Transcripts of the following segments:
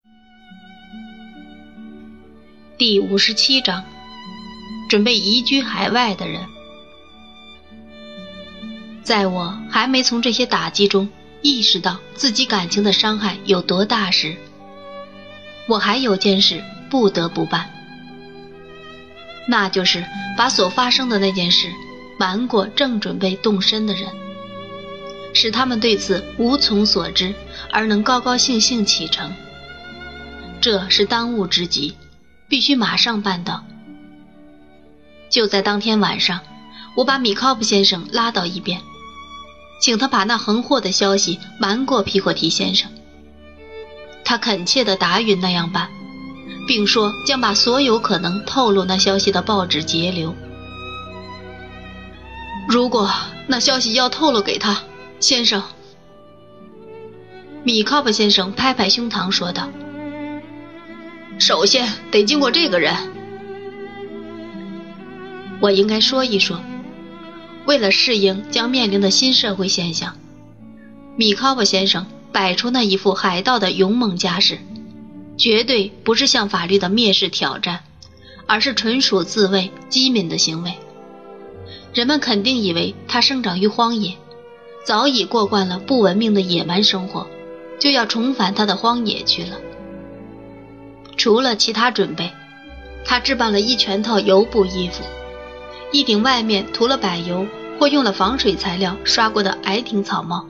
第57章，准备移居海外的人。在我还没从这些打击中意识到自己感情的伤害有多大时，我还有件事不得不办，那就是把所发生的那件事瞒过正准备动身的人，使他们对此无从所知，而能高高兴兴启程。这是当务之急，必须马上办到。就在当天晚上，我把米考普先生拉到一边，请他把那横祸的消息瞒过皮霍提先生。他恳切地答应那样办，并说将把所有可能透露那消息的报纸截留。如果那消息要透露给他，先生，米考普先生拍拍胸膛说道，首先得经过这个人。我应该说一说，为了适应将面临的新社会现象，米考普先生摆出那一副海盗的勇猛架势，绝对不是向法律的蔑视挑战，而是纯属自卫机敏的行为。人们肯定以为他生长于荒野，早已过惯了不文明的野蛮生活，就要重返他的荒野去了。除了其他准备，他置办了一全套油布衣服，一顶外面涂了柏油或用了防水材料刷过的矮顶草帽。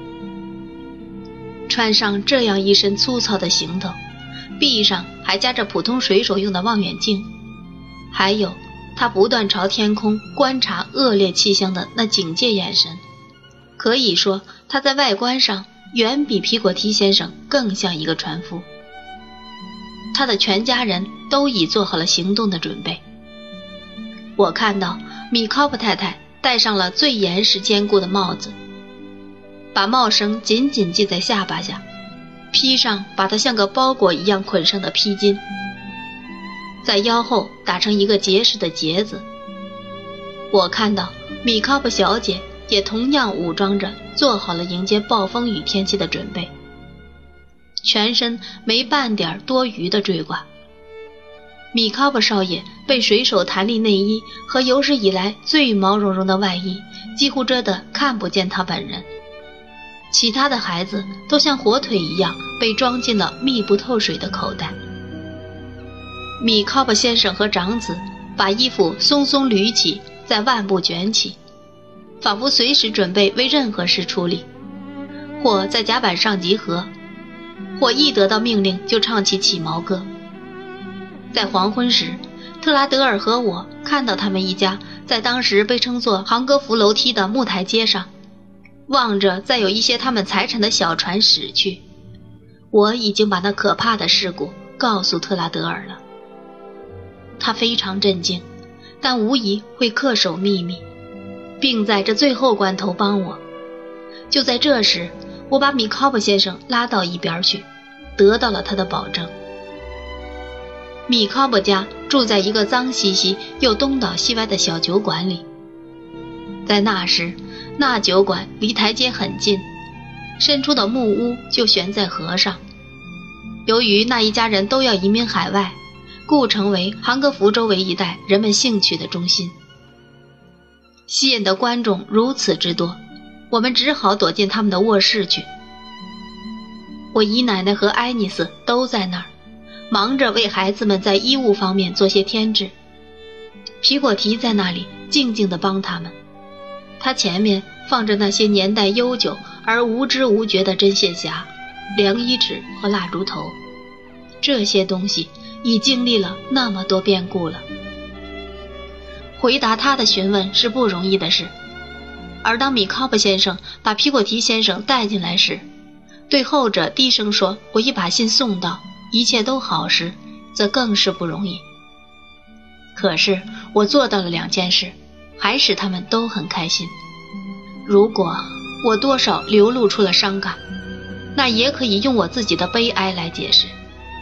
穿上这样一身粗糙的行头，臂上还夹着普通水手用的望远镜，还有他不断朝天空观察恶劣气象的那警戒眼神，可以说他在外观上远比皮果提先生更像一个船夫。他的全家人都已做好了行动的准备。我看到米考普太太戴上了最严实坚固的帽子，把帽绳紧紧系在下巴下，披上把它像个包裹一样捆上的披巾，在腰后打成一个结实的结子。我看到米考普小姐也同样武装着，做好了迎接暴风雨天气的准备，全身没半点多余的坠挂。米考普少爷被水手弹力内衣和有史以来最毛茸茸的外衣几乎遮得看不见他本人，其他的孩子都像火腿一样被装进了密不透水的口袋。米考普先生和长子把衣服松松捋起，再腕部卷起，仿佛随时准备为任何事出力，或在甲板上集合，或一得到命令就唱起起锚歌。在黄昏时，特拉德尔和我看到他们一家在当时被称作杭格福楼梯的木台阶上，望着载有一些他们财产的小船驶去。我已经把那可怕的事故告诉特拉德尔了，他非常震惊，但无疑会恪守秘密，并在这最后关头帮我。就在这时，我把米考普先生拉到一边去，得到了他的保证。米考普家住在一个脏兮兮又东倒西歪的小酒馆里，在那时，那酒馆离台阶很近，伸出的木屋就悬在河上。由于那一家人都要移民海外，故成为杭格福周围一带人们兴趣的中心。吸引的观众如此之多，我们只好躲进他们的卧室去。我姨奶奶和埃尼斯都在那儿，忙着为孩子们在衣物方面做些添置。皮果提在那里静静地帮他们，他前面放着那些年代悠久而无知无觉的针线匣、量衣尺和蜡烛头，这些东西已经历了那么多变故了。回答他的询问是不容易的事，而当米考普先生把皮果提先生带进来时，对后者低声说我已把信送到，一切都好时，则更是不容易。可是我做到了两件事，还使他们都很开心。如果我多少流露出了伤感，那也可以用我自己的悲哀来解释。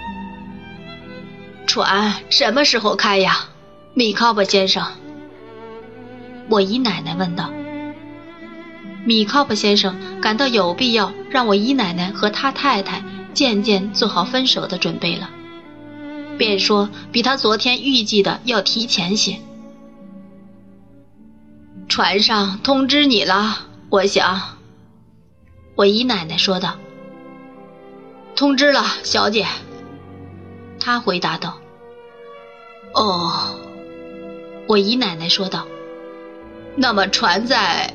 船什么时候开呀，米考普先生？我姨奶奶问道。米考普先生感到有必要让我姨奶奶和他太太渐渐做好分手的准备了，便说比他昨天预计的要提前些。船上通知你了，我想。我姨奶奶说道。通知了，小姐。她回答道。哦，我姨奶奶说道。那么船在……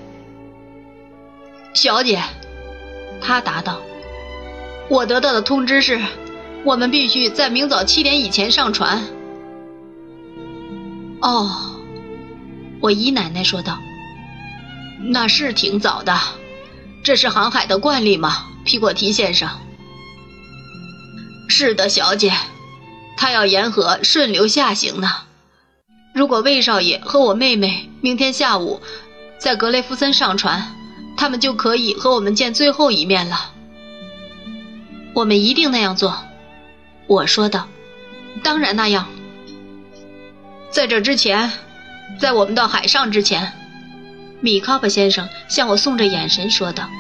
小姐，她答道。我得到的通知是，我们必须在明早7点以前上船。哦，我姨奶奶说道。那是挺早的，这是航海的惯例吗，皮果提先生？是的，小姐，他要沿河顺流下行呢。如果魏少爷和我妹妹明天下午在格雷夫森上船，他们就可以和我们见最后一面了。我们一定那样做，我说道。当然那样。在这之前，在我们到海上之前，米考巴先生向我送着眼神说道，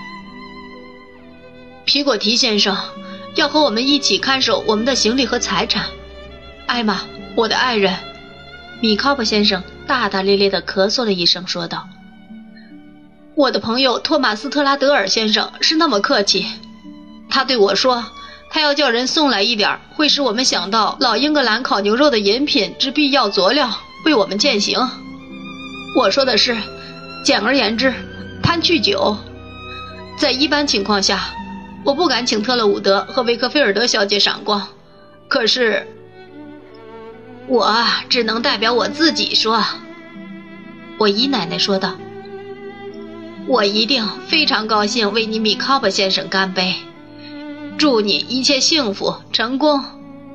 皮果提先生要和我们一起看守我们的行李和财产。艾玛，我的爱人，米考巴先生大大咧咧地咳嗽了一声说道，我的朋友托马斯特拉德尔先生是那么客气，他对我说他要叫人送来一点会使我们想到老英格兰烤牛肉的饮品之必要佐料为我们饯行。我说的是，简而言之，潘趣酒。在一般情况下，我不敢请特勒伍德和维克菲尔德小姐赏光，可是我只能代表我自己说。我姨奶奶说道。我一定非常高兴为你米考巴先生干杯，祝你一切幸福成功。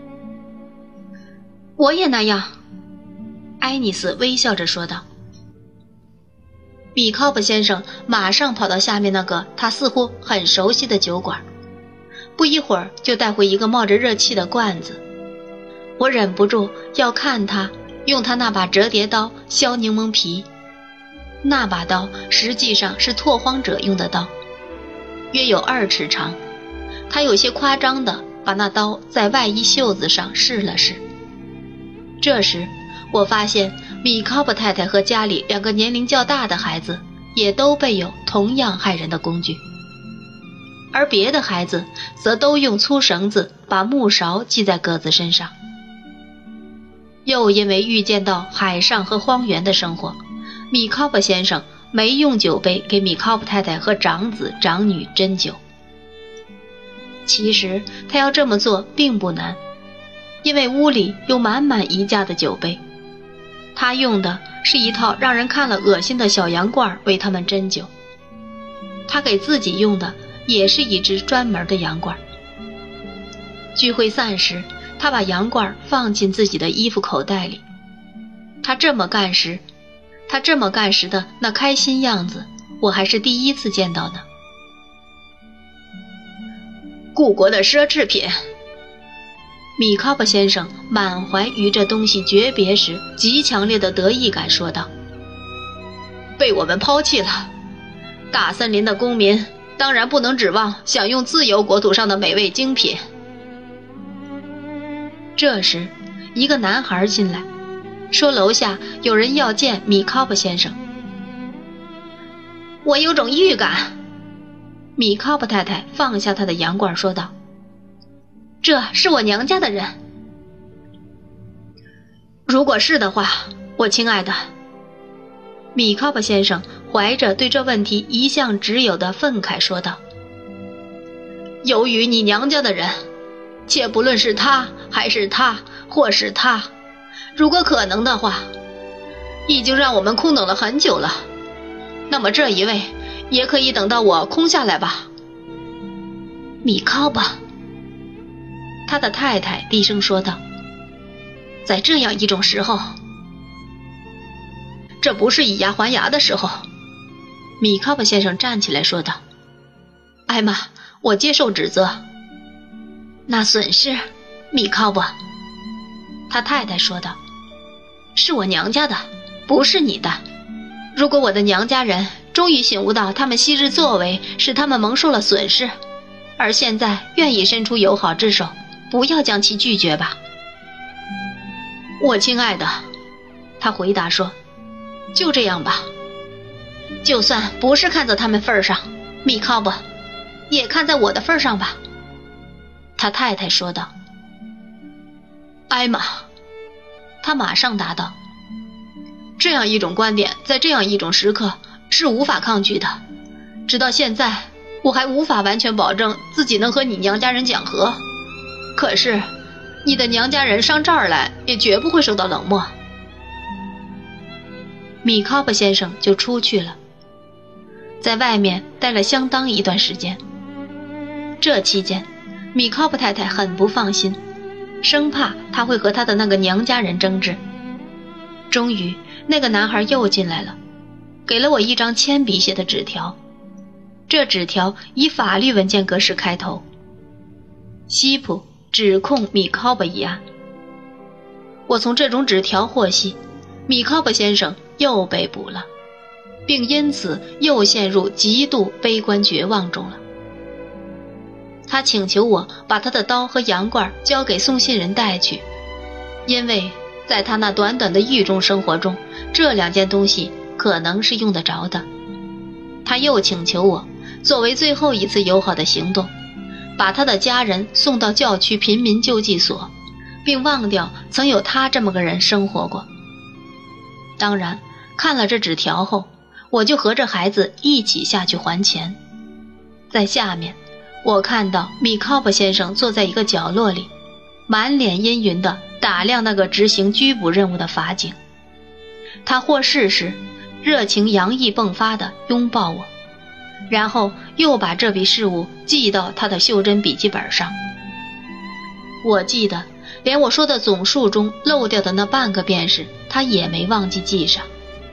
我也那样，埃尼斯微笑着说道。米考巴先生马上跑到下面那个他似乎很熟悉的酒馆，不一会儿就带回一个冒着热气的罐子。我忍不住要看他用他那把折叠刀削柠檬皮。那把刀实际上是拓荒者用的刀，约有2尺长。他有些夸张地把那刀在外衣袖子上试了试。这时我发现米考巴太太和家里2个年龄较大的孩子也都备有同样害人的工具，而别的孩子则都用粗绳子把木勺系在各自身上。又因为预见到海上和荒原的生活，米考巴先生没用酒杯给米考巴太太和长子长女斟酒。其实他要这么做并不难，因为屋里有满满一架的酒杯。他用的是一套让人看了恶心的小洋罐为他们斟酒，他给自己用的也是一只专门的洋罐。聚会散时，他把洋罐放进自己的衣服口袋里。他这么干时的那开心样子，我还是第一次见到呢。故国的奢侈品，米考巴先生满怀与这东西诀别时极强烈的得意感说道，被我们抛弃了。大森林的公民当然不能指望享用自由国土上的美味精品。这时一个男孩进来，说楼下有人要见米考巴先生。我有种预感，米考巴太太放下她的洋罐说道，这是我娘家的人。如果是的话，我亲爱的，米考巴先生怀着对这问题一向只有的愤慨说道，由于你娘家的人，且不论是他还是他或是他，如果可能的话，已经让我们空等了很久了，那么这一位也可以等到我空下来吧。米考巴，他的太太低声说道，在这样一种时候，这不是以牙还牙的时候。米考巴先生站起来说道，艾玛，我接受指责。那损失，米考巴，他太太说道，是我娘家的，不是你的。如果我的娘家人终于醒悟到他们昔日作为使他们蒙受了损失， 而现在愿意伸出友好之手，不要将其拒绝吧。我亲爱的，他回答说，就这样吧。就算不是看在他们份上，米考伯，也看在我的份上吧。他太太说道。艾玛，他马上答道，这样一种观点在这样一种时刻是无法抗拒的。直到现在，我还无法完全保证自己能和你娘家人讲和，可是你的娘家人上这儿来也绝不会受到冷漠。米考伯先生就出去了，在外面待了相当一段时间。这期间，米考伯太太很不放心，生怕他会和他的那个娘家人争执。终于，那个男孩又进来了，给了我一张铅笔写的纸条。这纸条以法律文件格式开头，西普指控米考伯一案。我从这种纸条获悉，米考伯先生又被捕了，并因此又陷入极度悲观绝望中了。他请求我把他的刀和洋罐交给送信人带去，因为在他那短短的狱中生活中，这两件东西可能是用得着的。他又请求我作为最后一次友好的行动，把他的家人送到教区贫民救济所，并忘掉曾有他这么个人生活过。当然，看了这纸条后，我就和这孩子一起下去还钱。在下面，我看到米考伯先生坐在一个角落里，满脸阴云地打量那个执行拘捕任务的法警。他获释时，热情洋溢迸发地拥抱我，然后又把这笔事务记到他的袖珍笔记本上。我记得连我说的总数中漏掉的那半个便士，他也没忘记记上。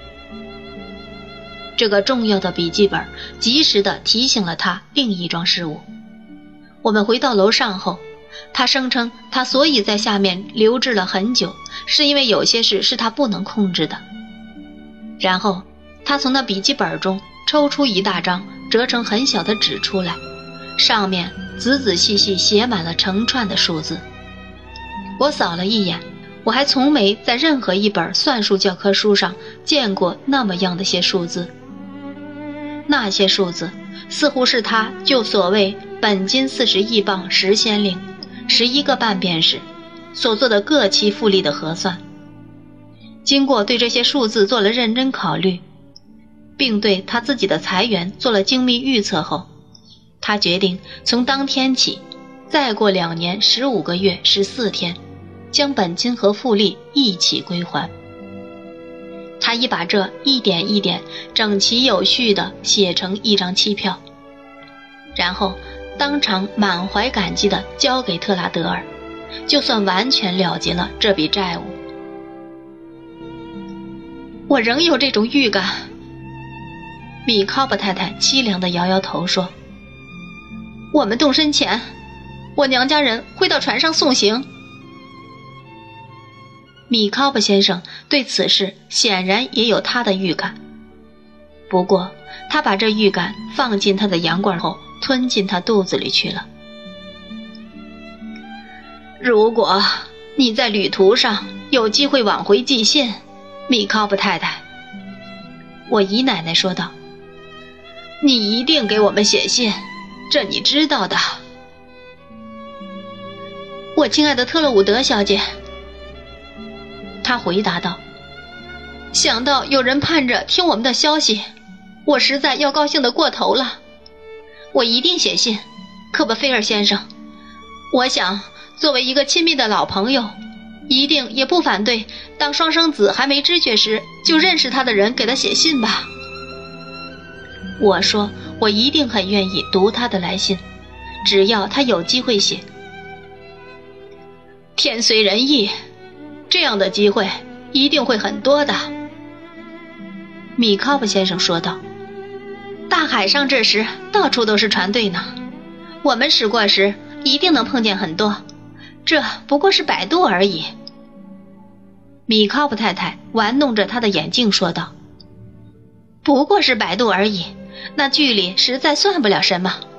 这个重要的笔记本及时地提醒了他另一桩事务。我们回到楼上后，他声称他所以在下面留置了很久，是因为有些事是他不能控制的。然后他从那笔记本中抽出一大张折成很小的纸出来，上面仔仔细细写满了成串的数字。我扫了一眼，我还从没在任何一本算术教科书上见过那么样的些数字。那些数字似乎是他就所谓本金40亿镑10先令11个半便士所做的各期复利的核算。经过对这些数字做了认真考虑，并对他自己的财源做了精密预测后，他决定从当天起，再过2年15个月14天，将本金和复利一起归还。他已把这一点一点整齐有序地写成一张期票，然后当场满怀感激地交给特拉德尔，就算完全了结了这笔债务。我仍有这种预感，米考伯太太凄凉地摇摇头说，我们动身前，我娘家人会到船上送行。米考伯先生对此事显然也有他的预感，不过他把这预感放进他的洋罐后吞进他肚子里去了。如果你在旅途上有机会往回寄信，米考伯太太，我姨奶奶说道，你一定给我们写信，这你知道的。我亲爱的特勒伍德小姐，她回答道，想到有人盼着听我们的消息，我实在要高兴得过头了。我一定写信，科波菲尔先生，我想作为一个亲密的老朋友，一定也不反对当双生子还没知觉时就认识他的人给他写信吧。我说我一定很愿意读他的来信，只要他有机会写。天随人意，这样的机会一定会很多的，米考伯先生说道。大海上这时到处都是船队呢，我们驶过时一定能碰见很多，这不过是摆渡而已。米考伯太太玩弄着她的眼镜说道，不过是摆渡而已，那距离实在算不了什么。